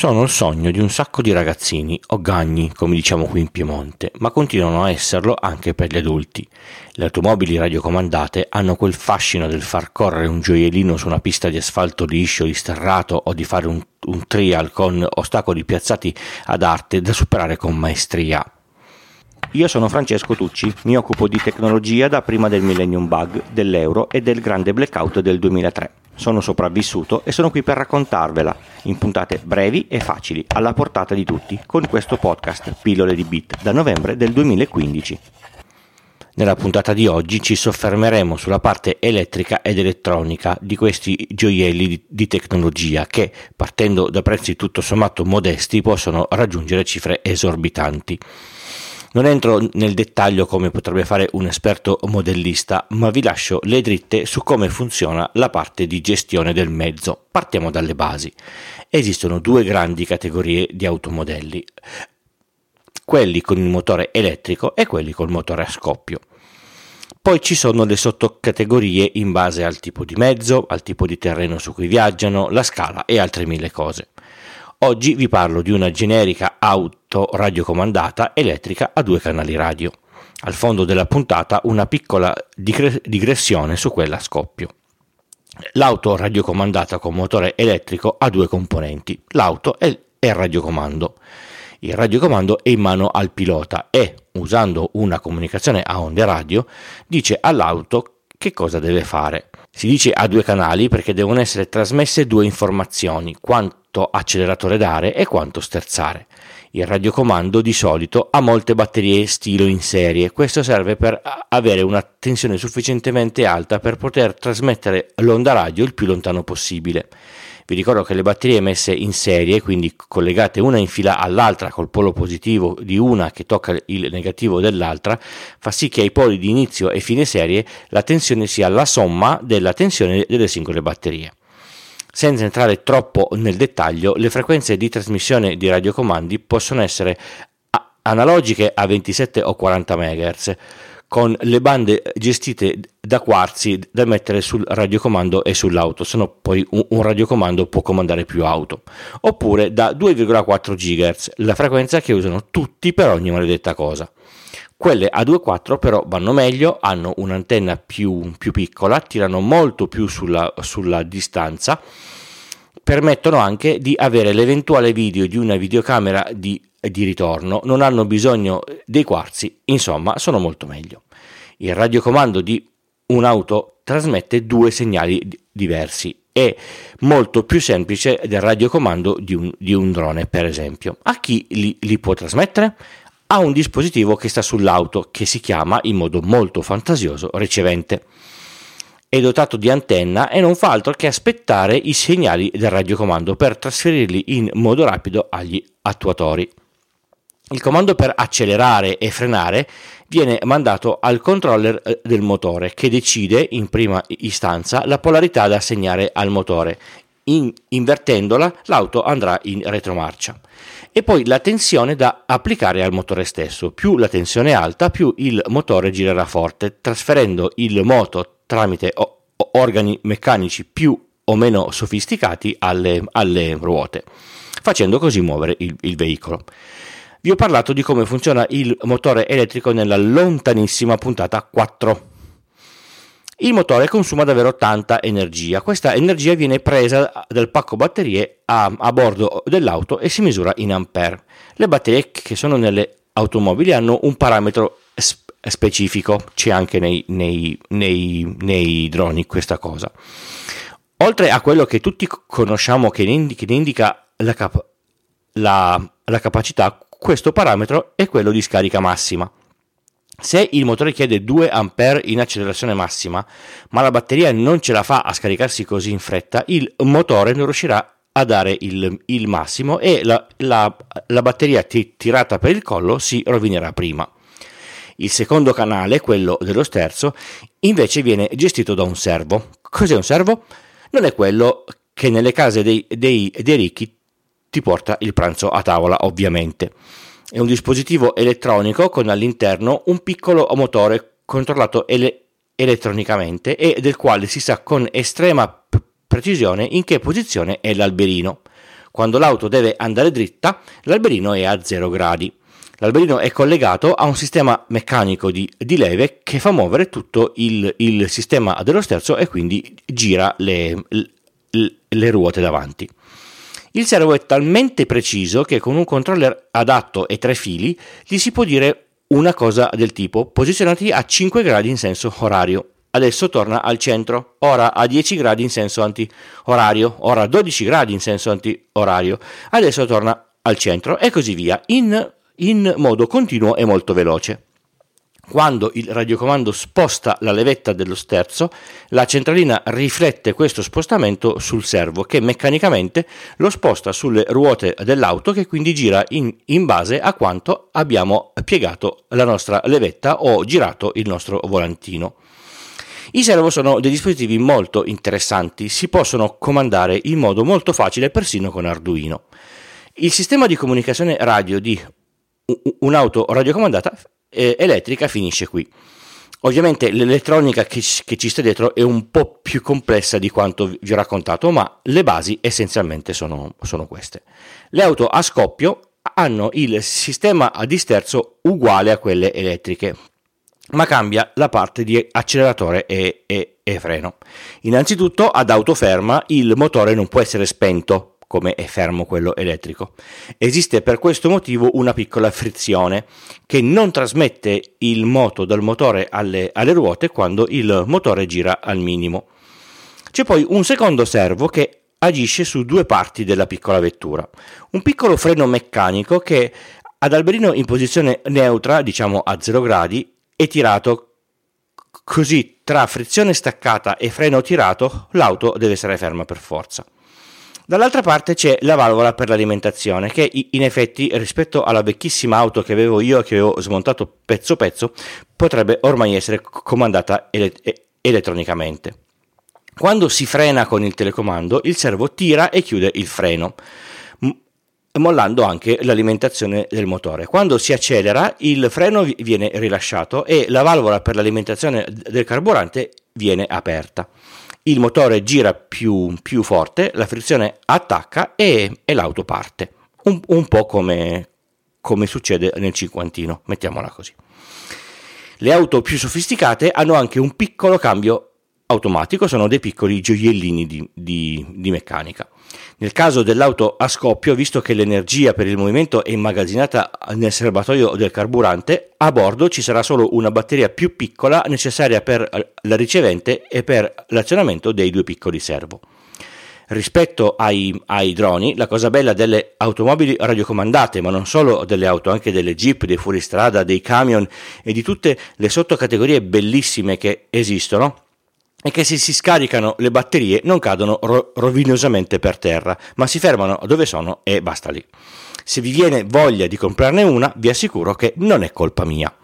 Sono il sogno di un sacco di ragazzini, o gagni, come diciamo qui in Piemonte, ma continuano a esserlo anche per gli adulti. Le automobili radiocomandate hanno quel fascino del far correre un gioiellino su una pista di asfalto liscio, disterrato, o di fare un trial con ostacoli piazzati ad arte da superare con maestria. Io sono Francesco Tucci, mi occupo di tecnologia da prima del Millennium Bug, dell'euro e del grande blackout del 2003. Sono sopravvissuto e sono qui per raccontarvela, in puntate brevi e facili, alla portata di tutti, con questo podcast Pillole di Bit, da novembre del 2015. Nella puntata di oggi ci soffermeremo sulla parte elettrica ed elettronica di questi gioielli di tecnologia che, partendo da prezzi tutto sommato modesti, possono raggiungere cifre esorbitanti. Non entro nel dettaglio come potrebbe fare un esperto modellista, ma vi lascio le dritte su come funziona la parte di gestione del mezzo. Partiamo dalle basi. Esistono due grandi categorie di automodelli, quelli con il motore elettrico e quelli col motore a scoppio. Poi ci sono le sottocategorie in base al tipo di mezzo, al tipo di terreno su cui viaggiano, la scala e altre mille cose. Oggi vi parlo di una generica auto radiocomandata elettrica a 2 canali radio. Al fondo della puntata una piccola digressione su quella a scoppio. L'auto radiocomandata con motore elettrico ha 2 componenti, l'auto e il radiocomando. Il radiocomando è in mano al pilota e, usando una comunicazione a onde radio, dice all'auto che cosa deve fare. Si dice a 2 canali perché devono essere trasmesse 2 informazioni, quanto acceleratore dare e quanto sterzare. Il radiocomando di solito ha molte batterie stilo in serie, questo serve per avere una tensione sufficientemente alta per poter trasmettere l'onda radio il più lontano possibile. Vi ricordo che le batterie messe in serie, quindi collegate una in fila all'altra col polo positivo di una che tocca il negativo dell'altra, fa sì che ai poli di inizio e fine serie la tensione sia la somma della tensione delle singole batterie. Senza entrare troppo nel dettaglio, le frequenze di trasmissione di radiocomandi possono essere analogiche a 27 o 40 MHz, con le bande gestite da quarzi da mettere sul radiocomando e sull'auto, se no poi un radiocomando può comandare più auto, oppure da 2,4 GHz, la frequenza che usano tutti per ogni maledetta cosa. Quelle a 2,4 però vanno meglio, hanno un'antenna più piccola, tirano molto più sulla distanza, permettono anche di avere l'eventuale video di una videocamera di ritorno, non hanno bisogno dei quarzi, insomma sono molto meglio. Il radiocomando di un'auto trasmette 2 segnali diversi, è molto più semplice del radiocomando di un drone, per esempio. A chi li può trasmettere? A un dispositivo che sta sull'auto, che si chiama, in modo molto fantasioso, ricevente. È dotato di antenna e non fa altro che aspettare i segnali del radiocomando per trasferirli in modo rapido agli attuatori. Il comando per accelerare e frenare viene mandato al controller del motore, che decide in prima istanza la polarità da assegnare al motore. Invertendola, l'auto andrà in retromarcia. E poi la tensione da applicare al motore stesso. Più la tensione è alta, più il motore girerà forte, trasferendo il moto tramite organi meccanici più o meno sofisticati alle ruote, facendo così muovere il veicolo. Vi ho parlato di come funziona il motore elettrico nella lontanissima puntata 4. Il motore consuma davvero tanta energia. Questa energia viene presa dal pacco batterie a bordo dell'auto e si misura in ampere. Le batterie che sono nelle automobili hanno un parametro specifico, c'è anche nei droni questa cosa. Oltre a quello che tutti conosciamo che ne indica la capacità, questo parametro è quello di scarica massima. Se il motore chiede 2 A in accelerazione massima, ma la batteria non ce la fa a scaricarsi così in fretta, il motore non riuscirà a dare il massimo e la batteria tirata per il collo si rovinerà prima. Il secondo canale, quello dello sterzo, invece viene gestito da un servo. Cos'è un servo? Non è quello che nelle case dei ricchi ti porta il pranzo a tavola, ovviamente. È un dispositivo elettronico con all'interno un piccolo motore controllato elettronicamente e del quale si sa con estrema precisione in che posizione è l'alberino. Quando l'auto deve andare dritta, l'alberino è a 0 gradi. L'alberino è collegato a un sistema meccanico di leve che fa muovere tutto il sistema dello sterzo e quindi gira le ruote davanti. Il servo è talmente preciso che con un controller adatto e 3 fili gli si può dire una cosa del tipo: posizionati a 5 gradi in senso orario, adesso torna al centro, ora a 10 gradi in senso anti-orario, ora a 12 gradi in senso anti-orario, adesso torna al centro e così via, in modo continuo e molto veloce. Quando il radiocomando sposta la levetta dello sterzo, la centralina riflette questo spostamento sul servo, che meccanicamente lo sposta sulle ruote dell'auto, che quindi gira in base a quanto abbiamo piegato la nostra levetta o girato il nostro volantino. I servo sono dei dispositivi molto interessanti, si possono comandare in modo molto facile persino con Arduino. Il sistema di comunicazione radio di un'auto radiocomandata elettrica finisce qui. Ovviamente l'elettronica che ci sta dietro è un po' più complessa di quanto vi ho raccontato, ma le basi essenzialmente sono queste. Le auto a scoppio hanno il sistema di sterzo uguale a quelle elettriche, ma cambia la parte di acceleratore e freno. Innanzitutto, ad auto ferma il motore non può essere spento come è fermo quello elettrico. Esiste per questo motivo una piccola frizione che non trasmette il moto dal motore alle ruote quando il motore gira al minimo. C'è poi un secondo servo che agisce su 2 parti della piccola vettura. Un piccolo freno meccanico che ad alberino in posizione neutra, diciamo a 0 gradi, è tirato, così tra frizione staccata e freno tirato l'auto deve essere ferma per forza. Dall'altra parte c'è la valvola per l'alimentazione, che in effetti rispetto alla vecchissima auto che avevo io e che avevo smontato pezzo pezzo potrebbe ormai essere comandata elettronicamente. Quando si frena con il telecomando, il servo tira e chiude il freno, mollando anche l'alimentazione del motore. Quando si accelera, il freno viene rilasciato e la valvola per l'alimentazione del carburante viene aperta. Il motore gira più forte, la frizione attacca e l'auto parte. Un po' come succede nel cinquantino, mettiamola così. Le auto più sofisticate hanno anche un piccolo cambio automatico, sono dei piccoli gioiellini di meccanica. Nel caso dell'auto a scoppio, visto che l'energia per il movimento è immagazzinata nel serbatoio del carburante, a bordo ci sarà solo una batteria più piccola necessaria per la ricevente e per l'azionamento dei 2 piccoli servo. Rispetto ai droni, la cosa bella delle automobili radiocomandate, ma non solo delle auto, anche delle jeep, dei fuoristrada, dei camion e di tutte le sottocategorie bellissime che esistono, è che se si scaricano le batterie non cadono rovinosamente per terra, ma si fermano dove sono e basta lì. Se vi viene voglia di comprarne una, vi assicuro che non è colpa mia.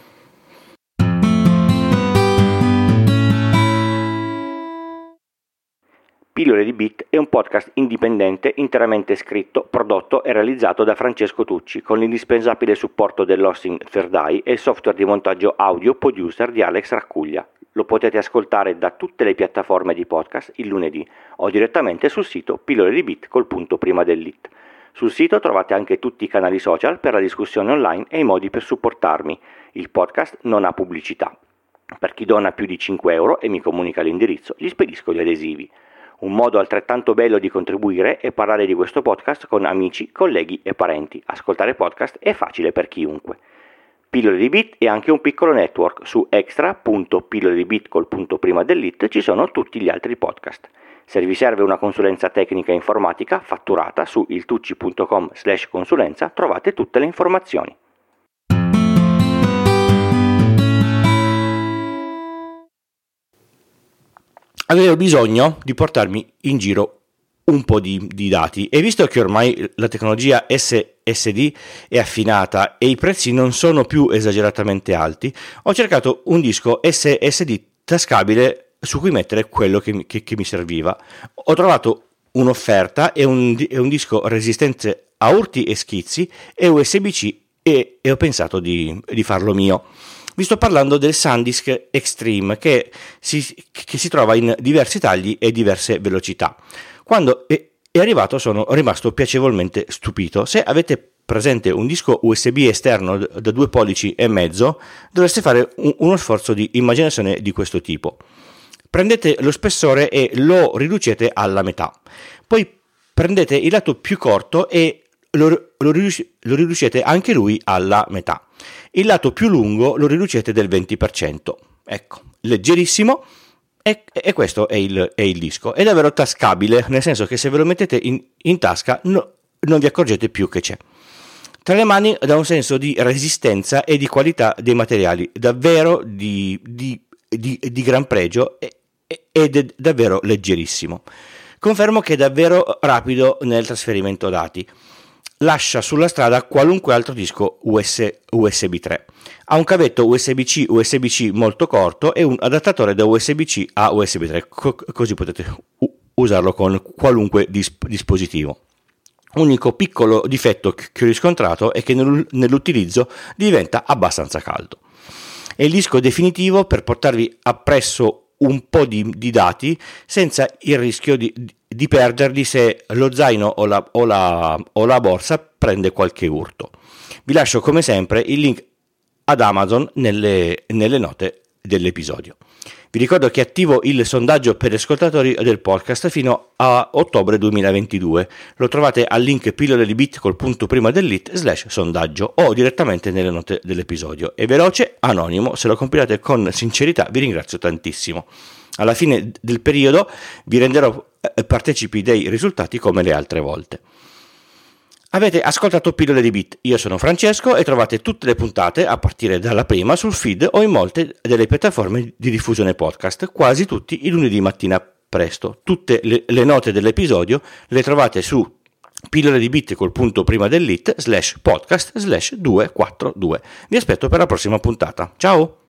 Pillole di Bit è un podcast indipendente interamente scritto, prodotto e realizzato da Francesco Tucci con l'indispensabile supporto dell'hosting Third Eye e il software di montaggio audio Producer di Alex Raccuglia. Lo potete ascoltare da tutte le piattaforme di podcast il lunedì o direttamente sul sito Pillole di Bit col punto prima dell'it. Sul sito trovate anche tutti i canali social per la discussione online e i modi per supportarmi. Il podcast non ha pubblicità. Per chi dona più di 5 euro e mi comunica l'indirizzo, gli spedisco gli adesivi. Un modo altrettanto bello di contribuire è parlare di questo podcast con amici, colleghi e parenti. Ascoltare podcast è facile per chiunque. Pillole di Bit è anche un piccolo network. Su extra.pilloledibit col punto prima dell'it ci sono tutti gli altri podcast. Se vi serve una consulenza tecnica informatica fatturata su iltucci.com/consulenza trovate tutte le informazioni. Avevo bisogno di portarmi in giro un po' di dati e visto che ormai la tecnologia SSD è affinata e i prezzi non sono più esageratamente alti, ho cercato un disco SSD tascabile su cui mettere quello che mi serviva. Ho trovato un'offerta e un disco resistente a urti e schizzi e USB-C e ho pensato di farlo mio. Vi sto parlando del SanDisk Extreme che si trova in diversi tagli e diverse velocità. Quando è arrivato, sono rimasto piacevolmente stupito. Se avete presente un disco USB esterno da 2 pollici e mezzo, dovreste fare uno sforzo di immaginazione di questo tipo. Prendete lo spessore e lo riducete alla metà, poi prendete il lato più corto e lo riducete anche lui alla metà. Il lato più lungo lo riducete del 20%. Ecco, leggerissimo, e questo è il disco. È davvero tascabile, nel senso che se ve lo mettete in tasca non vi accorgete più che c'è. Tra le mani dà un senso di resistenza e di qualità dei materiali, davvero di gran pregio, ed è davvero leggerissimo. Confermo che è davvero rapido nel trasferimento dati. Lascia sulla strada qualunque altro disco USB 3. Ha un cavetto USB-C USB-C molto corto e un adattatore da USB-C a USB 3, così potete usarlo con qualunque dispositivo. Unico piccolo difetto che ho riscontrato è che nell'utilizzo diventa abbastanza caldo. È il disco definitivo per portarvi appresso un po' di dati senza il rischio di perderli se lo zaino o la borsa prende qualche urto. Vi lascio come sempre il link ad Amazon nelle note dell'episodio. Vi ricordo che attivo il sondaggio per gli ascoltatori del podcast fino a ottobre 2022. Lo trovate al link pillole di bit col punto prima dell'it/sondaggio o direttamente nelle note dell'episodio. È veloce, anonimo, se lo compilate con sincerità vi ringrazio tantissimo. Alla fine del periodo vi renderò partecipi dei risultati come le altre volte. Avete ascoltato Pillole di Bit, io sono Francesco e trovate tutte le puntate a partire dalla prima sul feed o in molte delle piattaforme di diffusione podcast, quasi tutti i lunedì mattina presto. Tutte le note dell'episodio le trovate su pillole di bit col punto prima dell'it /podcast/242. Vi aspetto per la prossima puntata. Ciao!